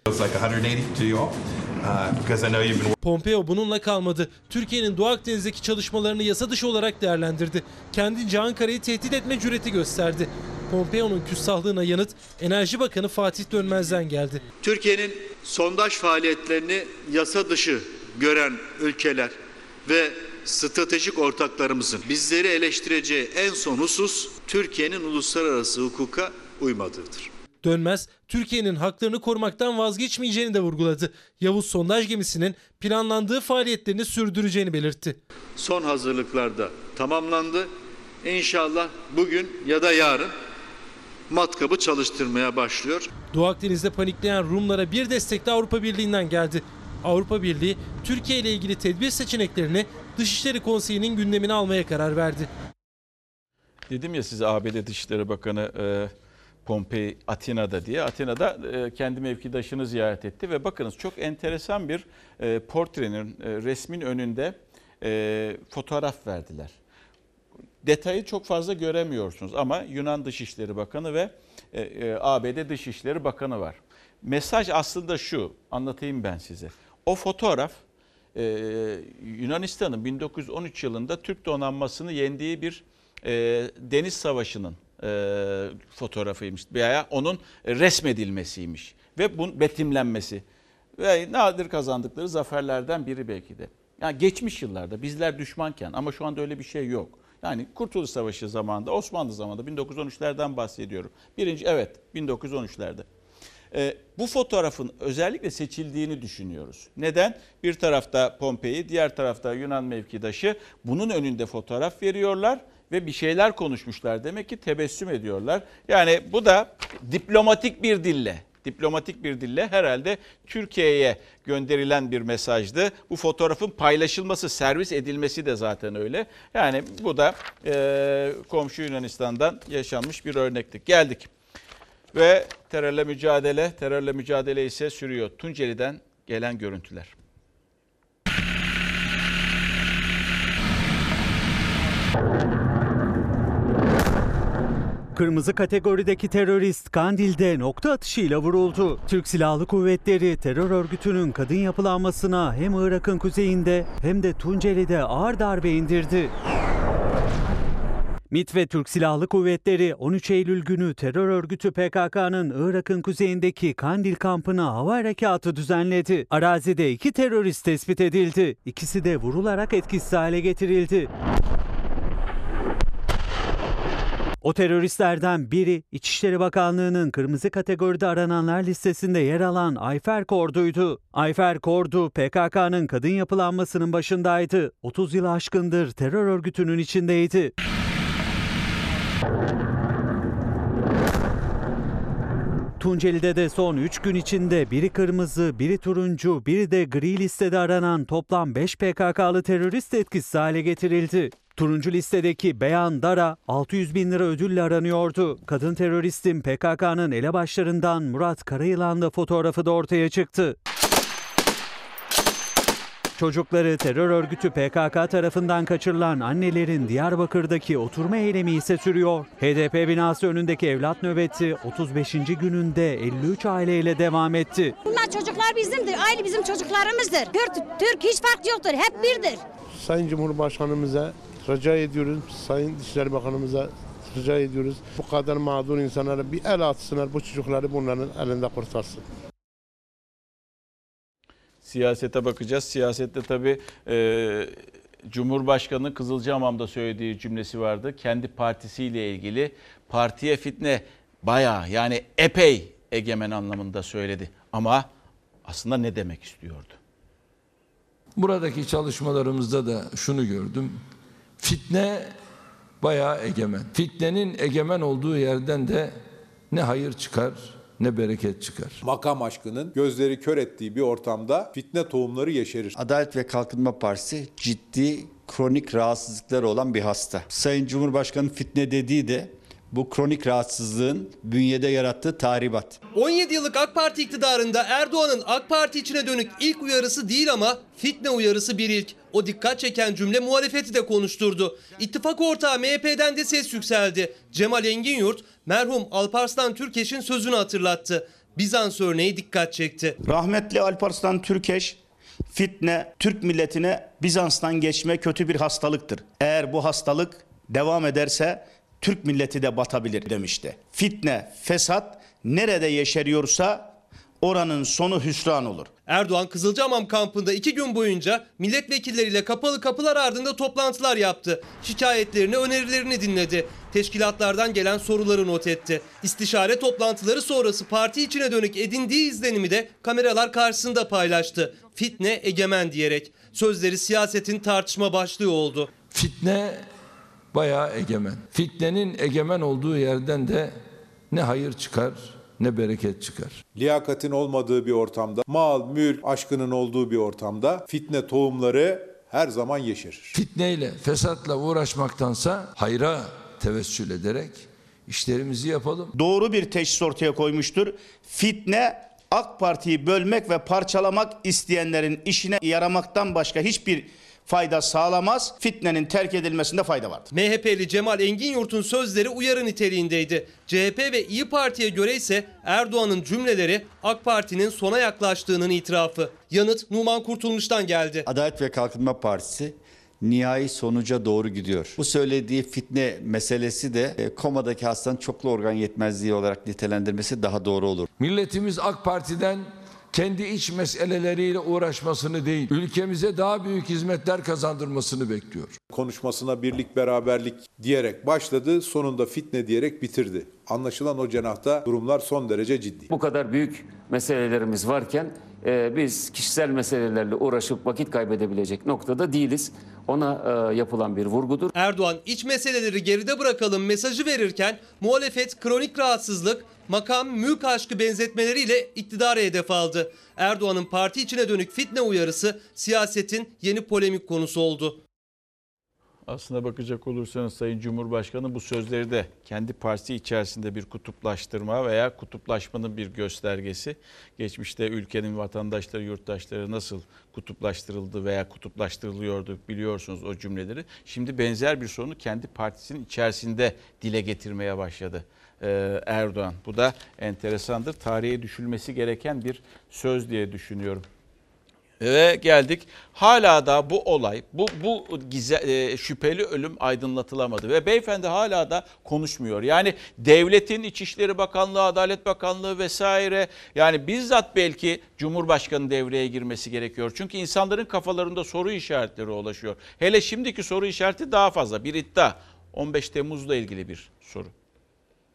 Pompeo bununla kalmadı. Türkiye'nin Doğu Akdeniz'deki çalışmalarını yasa dışı olarak değerlendirdi. Kendince Ankara'yı tehdit etme cüreti gösterdi. Pompeo'nun küstahlığına yanıt Enerji Bakanı Fatih Dönmez'den geldi. Türkiye'nin sondaj faaliyetlerini yasa dışı gören ülkeler ve stratejik ortaklarımızın bizleri eleştireceği en son husus Türkiye'nin uluslararası hukuka uymadığıdır. Dönmez, Türkiye'nin haklarını korumaktan vazgeçmeyeceğini de vurguladı. Yavuz sondaj gemisinin planlandığı faaliyetlerini sürdüreceğini belirtti. Son hazırlıklar da tamamlandı. İnşallah bugün ya da yarın matkabı çalıştırmaya başlıyor. Doğu Akdeniz'de panikleyen Rumlara bir destek de Avrupa Birliği'nden geldi. Avrupa Birliği, Türkiye ile ilgili tedbir seçeneklerini Dışişleri Konseyi'nin gündemine almaya karar verdi. Dedim ya size A B D Dışişleri Bakanı e, Pompei Atina'da diye. Atina'da e, kendi mevkidaşını ziyaret etti ve bakınız çok enteresan bir e, portrenin, e, resmin önünde e, fotoğraf verdiler. Detayı çok fazla göremiyorsunuz ama Yunan Dışişleri Bakanı ve e, e, A B D Dışişleri Bakanı var. Mesaj aslında şu, anlatayım ben size. O fotoğraf e, Yunanistan'ın bin dokuz yüz on üç yılında Türk donanmasını yendiği bir e, deniz savaşının e, fotoğrafıymış veya onun resmedilmesiymiş ve bunun betimlenmesi ve nadir kazandıkları zaferlerden biri belki de. Yani geçmiş yıllarda bizler düşmanken ama şu anda öyle bir şey yok. Yani Kurtuluş Savaşı zamanında, Osmanlı zamanında bin dokuz yüz on üçlerden bahsediyorum. Birinci evet bin dokuz yüz on üçlerde. Ee, bu fotoğrafın özellikle seçildiğini düşünüyoruz. Neden? Bir tarafta Pompei, diğer tarafta Yunan mevkidaşı bunun önünde fotoğraf veriyorlar ve bir şeyler konuşmuşlar. Demek ki tebessüm ediyorlar. Yani bu da diplomatik bir dille, diplomatik bir dille herhalde Türkiye'ye gönderilen bir mesajdı. Bu fotoğrafın paylaşılması, servis edilmesi de zaten öyle. Yani bu da e, komşu Yunanistan'dan yaşanmış bir örnekti. Geldik. Ve terörle mücadele, terörle mücadele ise sürüyor. Tunceli'den gelen görüntüler. Kırmızı kategorideki terörist Kandil'de nokta atışıyla vuruldu. Türk Silahlı Kuvvetleri terör örgütünün kadın yapılanmasına hem Irak'ın kuzeyinde hem de Tunceli'de ağır darbe indirdi. MİT ve Türk Silahlı Kuvvetleri on üç Eylül günü terör örgütü P K K'nın Irak'ın kuzeyindeki Kandil kampına hava harekatı düzenledi. Arazide iki terörist tespit edildi. İkisi de vurularak etkisiz hale getirildi. O teröristlerden biri İçişleri Bakanlığı'nın kırmızı kategoride arananlar listesinde yer alan Ayfer Kordu'ydu. Ayfer Kordu, P K K'nın kadın yapılanmasının başındaydı. otuz yıl aşkındır terör örgütünün içindeydi. Tunceli'de de son üç gün içinde biri kırmızı, biri turuncu, biri de gri listede aranan toplam beş P K K'lı terörist etkisiz hale getirildi. Turuncu listedeki Beyan Dara altı yüz bin lira ödülle aranıyordu. Kadın teröristin P K K'nın elebaşlarından Murat Karayılan'la fotoğrafı da ortaya çıktı. Çocukları terör örgütü P K K tarafından kaçırılan annelerin Diyarbakır'daki oturma eylemi ise sürüyor. H D P binası önündeki evlat nöbeti otuz beşinci gününde elli üç aileyle devam etti. Bunlar çocuklar bizimdir, aile bizim çocuklarımızdır. Kürt, Türk hiç fark yoktur, hep birdir. Sayın Cumhurbaşkanımıza rica ediyoruz, Sayın Dışişleri Bakanımıza rica ediyoruz. Bu kadar mağdur insanlara bir el atsınlar, bu çocukları bunların elinde kurtarsın. Siyasete bakacağız. Siyasette tabii e, Cumhurbaşkanı Kızılcahamam'da söylediği cümlesi vardı. Kendi partisiyle ilgili partiye fitne bayağı yani epey egemen anlamında söyledi. Ama aslında ne demek istiyordu? Buradaki çalışmalarımızda da şunu gördüm. Fitne bayağı egemen. Fitnenin egemen olduğu yerden de ne hayır çıkar ne bereket çıkar. Makam aşkının gözleri kör ettiği bir ortamda fitne tohumları yeşerir. Adalet ve Kalkınma Partisi ciddi kronik rahatsızlıkları olan bir hasta. Sayın Cumhurbaşkanı fitne dediği de bu kronik rahatsızlığın bünyede yarattığı tahribat. on yedi yıllık AK Parti iktidarında Erdoğan'ın AK Parti içine dönük ilk uyarısı değil ama fitne uyarısı bir ilk. O dikkat çeken cümle muhalefeti de konuşturdu. İttifak ortağı M H P'den de ses yükseldi. Cemal Enginyurt merhum Alparslan Türkeş'in sözünü hatırlattı. Bizans örneği dikkat çekti. Rahmetli Alparslan Türkeş, fitne Türk milletine Bizans'tan geçme kötü bir hastalıktır. Eğer bu hastalık devam ederse Türk milleti de batabilir demişti. Fitne, fesat nerede yeşeriyorsa oranın sonu hüsran olur. Erdoğan Kızılcahamam kampında iki gün boyunca milletvekilleriyle kapalı kapılar ardında toplantılar yaptı. Şikayetlerini, önerilerini dinledi. Teşkilatlardan gelen soruları not etti. İstişare toplantıları sonrası parti içine dönük edindiği izlenimi de kameralar karşısında paylaştı. Fitne egemen diyerek. Sözleri siyasetin tartışma başlığı oldu. Fitne bayağı egemen. Fitnenin egemen olduğu yerden de ne hayır çıkar ne bereket çıkar. Liyakatin olmadığı bir ortamda, mal, mülk aşkının olduğu bir ortamda fitne tohumları her zaman yeşerir. Fitneyle, fesatla uğraşmaktansa hayra tevessül ederek işlerimizi yapalım. Doğru bir teşhis ortaya koymuştur. Fitne AK Parti'yi bölmek ve parçalamak isteyenlerin işine yaramaktan başka hiçbir fayda sağlamaz. Fitnenin terk edilmesinde fayda vardır. M H P'li Cemal Enginyurt'un sözleri uyarı niteliğindeydi. C H P ve İyi Parti'ye göre ise Erdoğan'ın cümleleri AK Parti'nin sona yaklaştığının itirafı. Yanıt Numan Kurtulmuş'tan geldi. Adalet ve Kalkınma Partisi nihai sonuca doğru gidiyor. Bu söylediği fitne meselesi de e, komadaki hastanın çoklu organ yetmezliği olarak nitelendirmesi daha doğru olur. Milletimiz AK Parti'den kendi iç meseleleriyle uğraşmasını değil, ülkemize daha büyük hizmetler kazandırmasını bekliyor. Konuşmasına birlik beraberlik diyerek başladı, sonunda fitne diyerek bitirdi. Anlaşılan o cenahta durumlar son derece ciddi. Bu kadar büyük meselelerimiz varken e, biz kişisel meselelerle uğraşıp vakit kaybedebilecek noktada değiliz. Ona e, yapılan bir vurgudur. Erdoğan iç meseleleri geride bırakalım mesajı verirken muhalefet kronik rahatsızlık, makam, mülk aşkı benzetmeleriyle iktidarı hedef aldı. Erdoğan'ın parti içine dönük fitne uyarısı siyasetin yeni polemik konusu oldu. Aslına bakacak olursanız Sayın Cumhurbaşkanı bu sözleri de kendi partisi içerisinde bir kutuplaştırma veya kutuplaşmanın bir göstergesi. Geçmişte ülkenin vatandaşları, yurttaşları nasıl kutuplaştırıldı veya kutuplaştırılıyordu biliyorsunuz o cümleleri. Şimdi benzer bir sorunu kendi partisinin içerisinde dile getirmeye başladı Erdoğan. Bu da enteresandır. Tarihe düşülmesi gereken bir söz diye düşünüyorum. Ve geldik hala da bu olay, bu bu gize, şüpheli ölüm aydınlatılamadı ve beyefendi hala da konuşmuyor. Yani devletin İçişleri Bakanlığı, Adalet Bakanlığı vesaire, yani bizzat belki Cumhurbaşkanı devreye girmesi gerekiyor. Çünkü insanların kafalarında soru işaretleri ulaşıyor. Hele şimdiki soru işareti daha fazla, bir iddia. on beş Temmuz'la ilgili bir soru.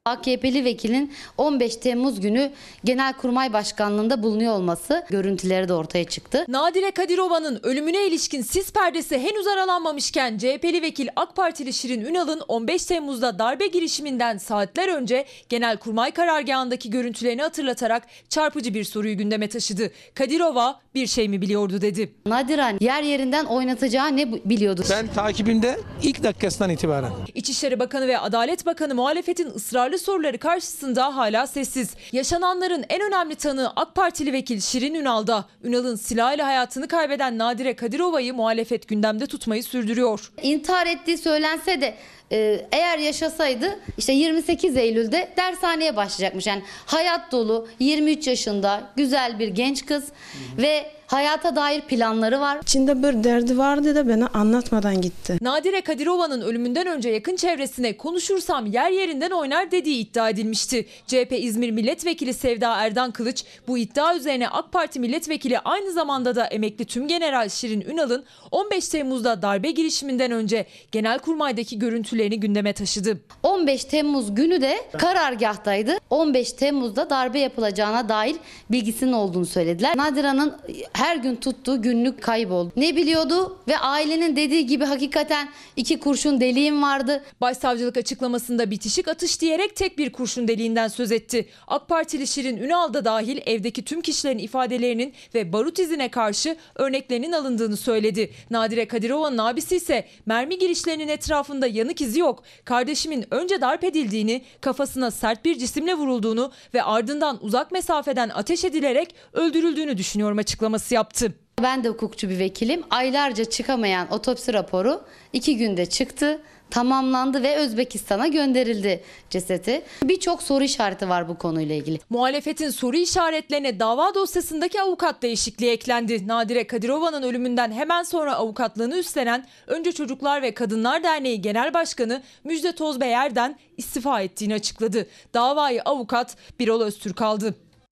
A K P'li vekilin on beş Temmuz günü Genelkurmay Başkanlığı'nda bulunuyor olması görüntüleri de ortaya çıktı. Nadire Kadirova'nın ölümüne ilişkin sis perdesi henüz aralanmamışken C H P'li vekil AK Partili Şirin Ünal'ın on beş Temmuz'da darbe girişiminden saatler önce Genelkurmay karargahındaki görüntülerini hatırlatarak çarpıcı bir soruyu gündeme taşıdı. Kadirova bir şey mi biliyordu dedi. Nadire yer yerinden oynatacağı ne biliyordu? Ben takibimde ilk dakikasından itibaren. İçişleri Bakanı ve Adalet Bakanı muhalefetin ısrarlı soruları karşısında hala sessiz. Yaşananların en önemli tanığı AK Partili vekil Şirin Ünal'da. Ünal'ın silahıyla hayatını kaybeden Nadire Kadirova'yı muhalefet gündemde tutmayı sürdürüyor. İntihar ettiği söylense de e, eğer yaşasaydı işte yirmi sekiz Eylül'de dershaneye başlayacakmış. Yani hayat dolu, yirmi üç yaşında güzel bir genç kız ve hayata dair planları var. İçinde bir derdi vardı da bana anlatmadan gitti. Nadire Kadirova'nın ölümünden önce yakın çevresine konuşursam yer yerinden oynar dediği iddia edilmişti. C H P İzmir Milletvekili Sevda Erdan Kılıç bu iddia üzerine AK Parti Milletvekili aynı zamanda da emekli Tümgeneral Şirin Ünal'ın on beş Temmuz'da darbe girişiminden önce Genelkurmay'daki görüntülerini gündeme taşıdı. on beş Temmuz günü de karargahtaydı. on beş Temmuz'da darbe yapılacağına dair bilgisinin olduğunu söylediler. Nadire'nin her gün tuttuğu günlük kayboldu. Ne biliyordu ve ailenin dediği gibi hakikaten iki kurşun deliğim vardı. Başsavcılık açıklamasında bitişik atış diyerek tek bir kurşun deliğinden söz etti. AK Partili Şirin Ünal da dahil evdeki tüm kişilerin ifadelerinin ve barut izine karşı örneklerinin alındığını söyledi. Nadire Kadirova'nın abisi ise mermi girişlerinin etrafında yanık izi yok. Kardeşimin önce darp edildiğini, kafasına sert bir cisimle vurulduğunu ve ardından uzak mesafeden ateş edilerek öldürüldüğünü düşünüyorum açıklaması yaptı. Ben de hukukçu bir vekilim. Aylarca çıkamayan otopsi raporu iki günde çıktı, tamamlandı ve Özbekistan'a gönderildi cesedi. Birçok soru işareti var bu konuyla ilgili. Muhalefetin soru işaretlerine dava dosyasındaki avukat değişikliği eklendi. Nadire Kadirova'nın ölümünden hemen sonra avukatlığını üstlenen Önce Çocuklar ve Kadınlar Derneği Genel Başkanı Müjde Tozbeyer'den istifa ettiğini açıkladı. Davayı avukat Birol Öztürk aldı.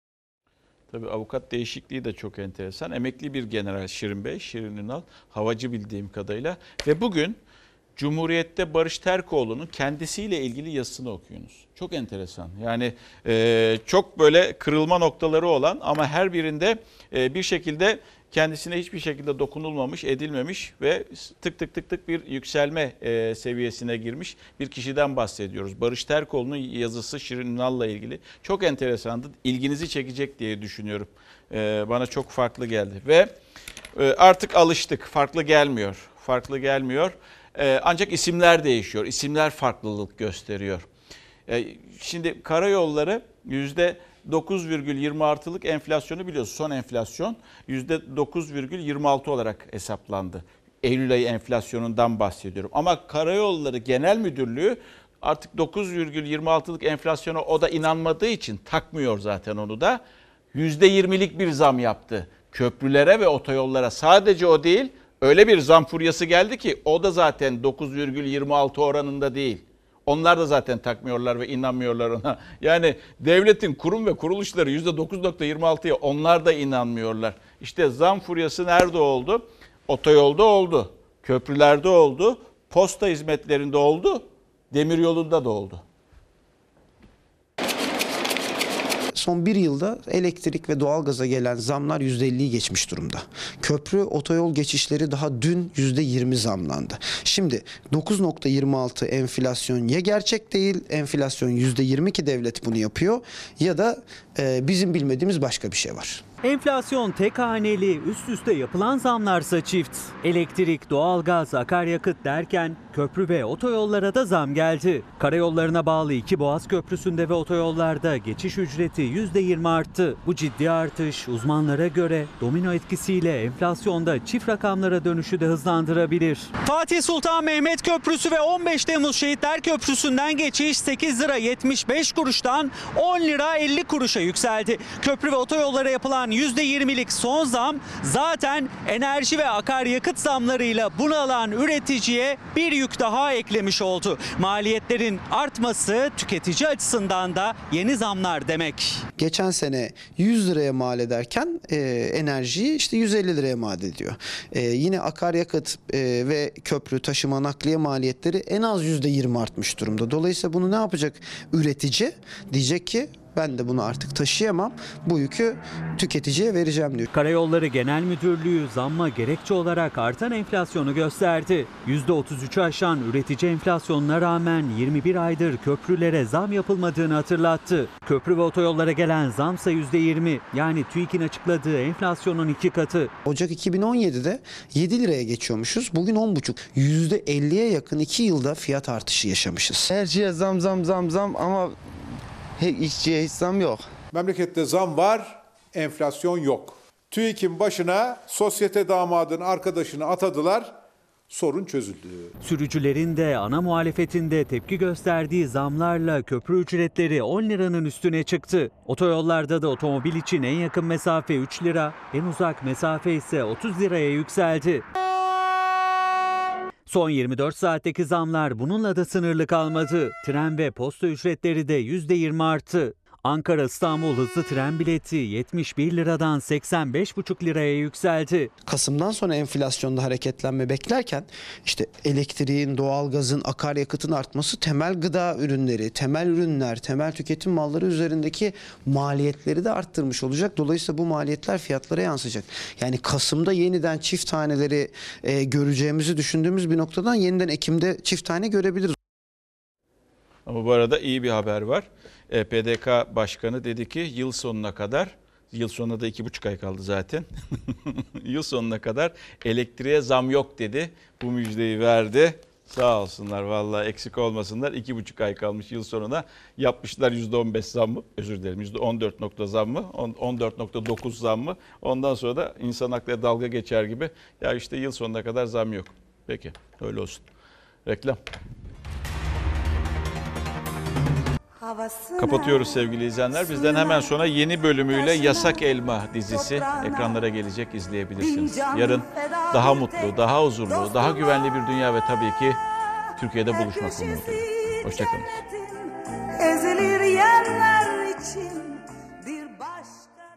Tabii avukat değişikliği de çok enteresan. Emekli bir general Şirin Bey, Şirin Ünal, havacı bildiğim kadarıyla. Ve bugün Cumhuriyet'te Barış Terkoğlu'nun kendisiyle ilgili yazısını okuyunuz. Çok enteresan. Yani e, çok böyle kırılma noktaları olan ama her birinde e, bir şekilde kendisine hiçbir şekilde dokunulmamış, edilmemiş ve tık tık tık tık bir yükselme e, seviyesine girmiş bir kişiden bahsediyoruz. Barış Terkoğlu'nun yazısı Şirin Ünal'la ilgili çok enteresandı. İlginizi çekecek diye düşünüyorum. E, bana çok farklı geldi ve e, artık alıştık. Farklı gelmiyor. Farklı gelmiyor. E, ancak isimler değişiyor. İsimler farklılık gösteriyor. E, şimdi karayolları yüzde dokuz virgül yirmi altılık enflasyonu biliyorsunuz. Son enflasyon yüzde dokuz virgül yirmi altı olarak hesaplandı. Eylül ayı enflasyonundan bahsediyorum. Ama Karayolları Genel Müdürlüğü artık dokuz virgül yirmi altılık enflasyona o da inanmadığı için takmıyor zaten onu da. yüzde yirmilik bir zam yaptı köprülere ve otoyollara. Sadece o değil, öyle bir zam furyası geldi ki o da zaten dokuz virgül yirmi altı oranında değil. Onlar da zaten takmıyorlar ve inanmıyorlar ona. Yani devletin kurum ve kuruluşları yüzde dokuz virgül yirmi altıya onlar da inanmıyorlar. İşte zam furyası nerede oldu? Otoyolda oldu, köprülerde oldu, posta hizmetlerinde oldu, demiryolunda da oldu. Son bir yılda elektrik ve doğalgaza gelen zamlar yüzde elliyi geçmiş durumda. Köprü, otoyol geçişleri daha dün yüzde yirmi zamlandı. Şimdi dokuz virgül yirmi altı enflasyon ya gerçek değil, enflasyon yüzde yirmi ki devlet bunu yapıyor ya da e, bizim bilmediğimiz başka bir şey var. Enflasyon tek haneli, üst üste yapılan zamlarsa çift. Elektrik, doğalgaz, akaryakıt derken köprü ve otoyollara da zam geldi. Karayollarına bağlı iki Boğaz Köprüsü'nde ve otoyollarda geçiş ücreti yüzde yirmi arttı. Bu ciddi artış uzmanlara göre domino etkisiyle enflasyonda çift rakamlara dönüşü de hızlandırabilir. Fatih Sultan Mehmet Köprüsü ve on beş Temmuz Şehitler Köprüsü'nden geçiş sekiz lira yetmiş beş kuruştan on lira elli kuruşa yükseldi. Köprü ve otoyollara yapılan yapılan yüzde yirmilik son zam zaten enerji ve akaryakıt zamlarıyla bunalan üreticiye bir yük daha eklemiş oldu. Maliyetlerin artması tüketici açısından da yeni zamlar demek. Geçen sene yüz liraya mal ederken e, enerjiyi işte yüz elli liraya mal ediyor. E, yine akaryakıt e, ve köprü, taşıma, nakliye maliyetleri en az yüzde yirmi artmış durumda. Dolayısıyla bunu ne yapacak üretici? Diyecek ki ben de bunu artık taşıyamam, bu yükü tüketiciye vereceğim diyor. Karayolları Genel Müdürlüğü zamma gerekçe olarak artan enflasyonu gösterdi. yüzde otuz üçü aşan üretici enflasyonuna rağmen yirmi bir aydır köprülere zam yapılmadığını hatırlattı. Köprü ve otoyollara gelen zamsa yüzde yirmi, yani TÜİK'in açıkladığı enflasyonun iki katı. Ocak iki bin on yedide yedi liraya geçiyormuşuz. Bugün on buçuk. yüzde elliye yakın iki yılda fiyat artışı yaşamışız. Her şeye zam zam zam zam ama işçiye hiç zam yok. Memlekette zam var, enflasyon yok. TÜİK'in başına sosyete damadının arkadaşını atadılar, sorun çözüldü. Sürücülerin de ana muhalefetinde tepki gösterdiği zamlarla köprü ücretleri on liranın üstüne çıktı. Otoyollarda da otomobil için en yakın mesafe üç lira, en uzak mesafe ise otuz liraya yükseldi. Son yirmi dört saatteki zamlar bununla da sınırlı kalmadı. Tren ve posta ücretleri de yüzde yirmi arttı. Ankara-İstanbul hızlı tren bileti yetmiş bir liradan seksen beş buçuk liraya yükseldi. Kasım'dan sonra enflasyonda hareketlenme beklerken işte elektriğin, doğalgazın, akaryakıtın artması temel gıda ürünleri, temel ürünler, temel tüketim malları üzerindeki maliyetleri de arttırmış olacak. Dolayısıyla bu maliyetler fiyatlara yansıyacak. Yani Kasım'da yeniden çift taneleri e, göreceğimizi düşündüğümüz bir noktadan yeniden Ekim'de çift tane görebiliriz. Ama bu arada iyi bir haber var. E, P D K Başkanı dedi ki yıl sonuna kadar, yıl sonuna da iki buçuk ay kaldı zaten. Yıl sonuna kadar elektriğe zam yok dedi. Bu müjdeyi verdi. Sağ olsunlar vallahi, eksik olmasınlar. iki buçuk ay kalmış yıl sonuna. Yapmışlar yüzde on beş zam mı? Özür dilerim, yüzde on dört nokta zam mı? on dört nokta dokuz zam mı? Ondan sonra da insan aklına dalga geçer gibi. Ya işte yıl sonuna kadar zam yok. Peki öyle olsun. Reklam. Kapatıyoruz sevgili izleyenler. Bizden hemen sonra yeni bölümüyle Yasak Elma dizisi ekranlara gelecek, izleyebilirsiniz. Yarın daha mutlu, daha huzurlu, daha güvenli bir dünya ve tabii ki Türkiye'de buluşmak umuduyla. Hoşçakalın. Ezilir yerler için